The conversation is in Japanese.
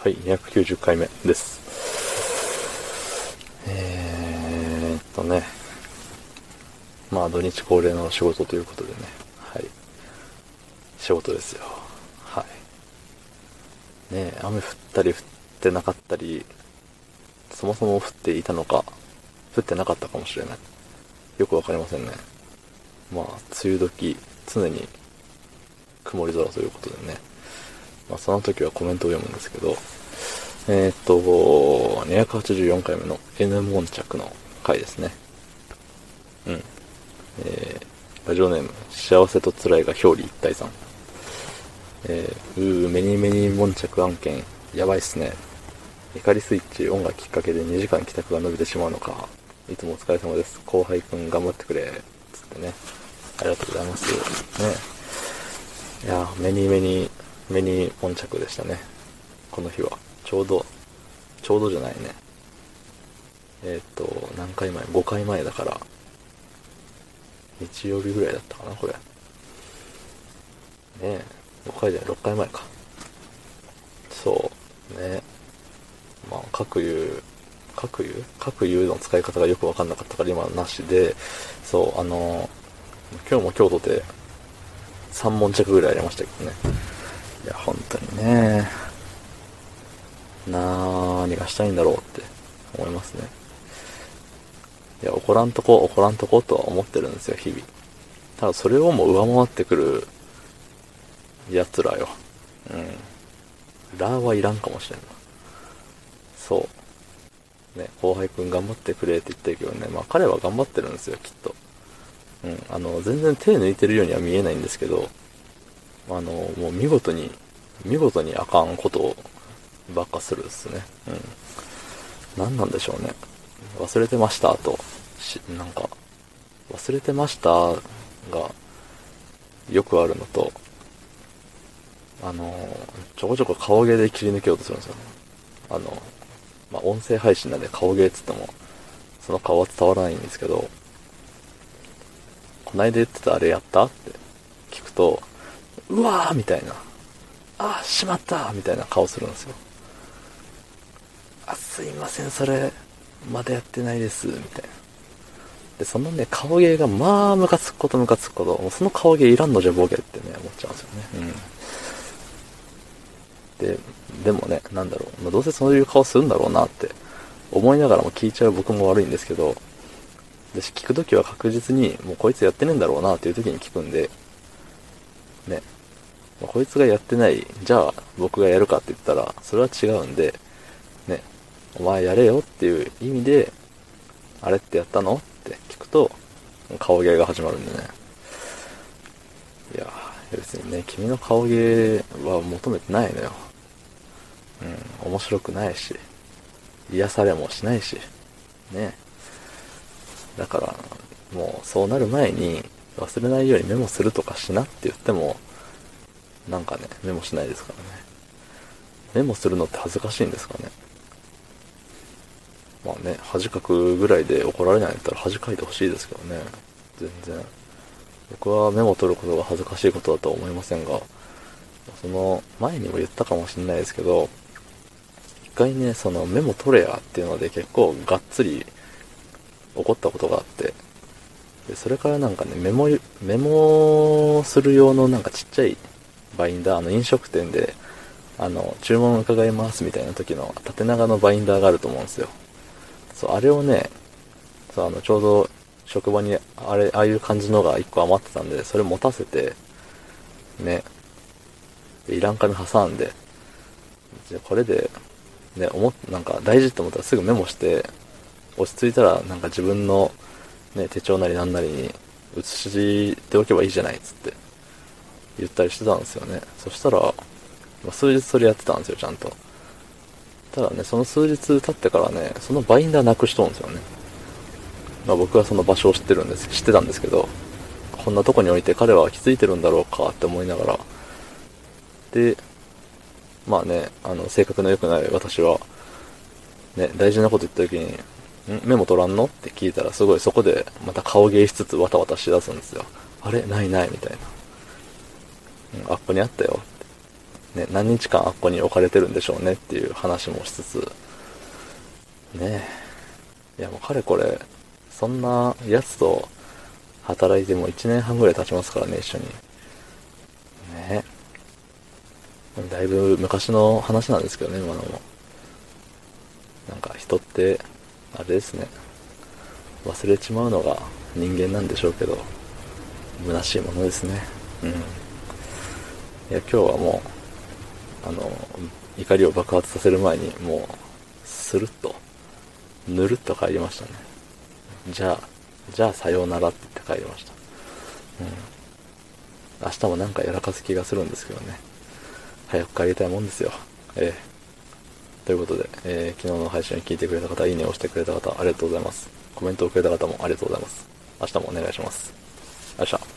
はい、290回目です。ね、まあ土日恒例の仕事ということでね、はい、仕事ですよ。はい。ね、雨降ったり降ってなかったり、そもそも降っていたのか、降ってなかったかもしれない。よくわかりませんね。まあ、梅雨時、常に曇り空ということでね、まあその時はコメントを読むんですけど、284回目の N 悶着の回ですね。うん。ラジオネーム、幸せと辛いが表裏一体さん。メニメニ悶着案件、やばいっすね。怒りスイッチ、オンがきっかけで2時間帰宅が伸びてしまうのか。いつもお疲れ様です。後輩くん頑張ってくれ。つってね。ありがとうございます。ね。いや、メニ悶着でしたね。この日は。ちょうどじゃないね。何回前 ?5 回前だから、日曜日ぐらいだったかな、これ。ねえ、5回じゃない、6回前か。そうね。まあ、各有の使い方がよくわかんなかったから今はなしで、そう、今日も今日とて3問着ぐらいありましたけどね。いや、本当にね、何がしたいんだろうって思いますね。いや、怒らんとことは思ってるんですよ、日々。ただそれをも上回ってくる奴らよ。うん。ラーはいらんかもしれんな。そう。ね、後輩くん頑張ってくれって言ってるけどね、まあ彼は頑張ってるんですよ、きっと。うん、全然手抜いてるようには見えないんですけど、もう見事にあかんことばっかするっすね。うん。何なんでしょうね。忘れてましたと、なんか、忘れてましたがよくあるのと、ちょこちょこ顔芸で切り抜けようとするんですよね。まあ、音声配信なんで顔芸っつっても、その顔は伝わらないんですけど、こないだ言ってたあれやったって聞くと、うわーみたいな、あーしまったーみたいな顔するんですよ。あ、すいません、それ、まだやってないです、みたいな。で、そのね、顔芸がまあ、ムカつくこと、もうその顔芸いらんのじゃボケってね、思っちゃうんですよね。うん。でもね、なんだろう、まあ、どうせそういう顔するんだろうなって思いながらも聞いちゃう僕も悪いんですけど、私聞くときは確実に、もうこいつやってねえんだろうなっていうときに聞くんで、ね、まあ、こいつがやってない、じゃあ僕がやるかって言ったら、それは違うんで、ね、お前やれよっていう意味で、あれってやったのって聞くと、顔芸が始まるんでね。いや、別にね、君の顔芸は求めてないのよ。うん、面白くないし、癒されもしないし、ね。だから、もうそうなる前に忘れないようにメモするとかしなって言っても、なんかね、メモしないですからね。メモするのって恥ずかしいんですかね。まあね、恥かくぐらいで怒られないんだったら恥かいてほしいですけどね。全然。僕はメモ取ることが恥ずかしいことだとは思いませんが、その前にも言ったかもしれないですけど、一回ね、そのメモ取れやっていうので結構がっつり怒ったことがあって、でそれからなんかね、メモする用のなんかちっちゃいバインダー、飲食店で、注文伺いますみたいな時の縦長のバインダーがあると思うんですよ。そう、あれをね、そう、ちょうど職場にああいう感じのが一個余ってたんで、それ持たせて、ね、でいらん紙挟んで、じゃあこれで、ね、なんか大事って思ったらすぐメモして、落ち着いたらなんか自分の、ね、手帳なりなんなりに写しておけばいいじゃないっつって言ったりしてたんですよね。そしたら、数日それやってたんですよ、ちゃんと。ただね、その数日経ってからね、そのバインダーなくしとんですよね。まあ僕はその場所を知ってたんですけど、こんなとこに置いて彼は気づいてるんだろうかって思いながら、で、まあね、性格の良くない私は、ね、大事なこと言った時に、メモ取らんのって聞いたら、すごいそこでまた顔芸しつつわたわたしだすんですよ。あれないないみたいな。あっこにあったよって。 ね、何日間あっこに置かれてるんでしょうねっていう話もしつつ、ねえ。いやもうかれこれ、そんなやつと働いても1年半ぐらい経ちますからね、一緒に。ねえ。だいぶ昔の話なんですけどね、今のも。なんか人って、あれですね。忘れちまうのが人間なんでしょうけど、虚しいものですね。うん。いや、今日はもう、怒りを爆発させる前に、もう、スルッと、ぬるっと帰りましたね。じゃあさようならって言って帰りました。うん。明日もなんかやらかす気がするんですけどね。早く帰りたいもんですよ。ということで、昨日の配信を聞いてくれた方、いいねを押してくれた方、ありがとうございます。コメントをくれた方もありがとうございます。明日もお願いします。よっしゃ。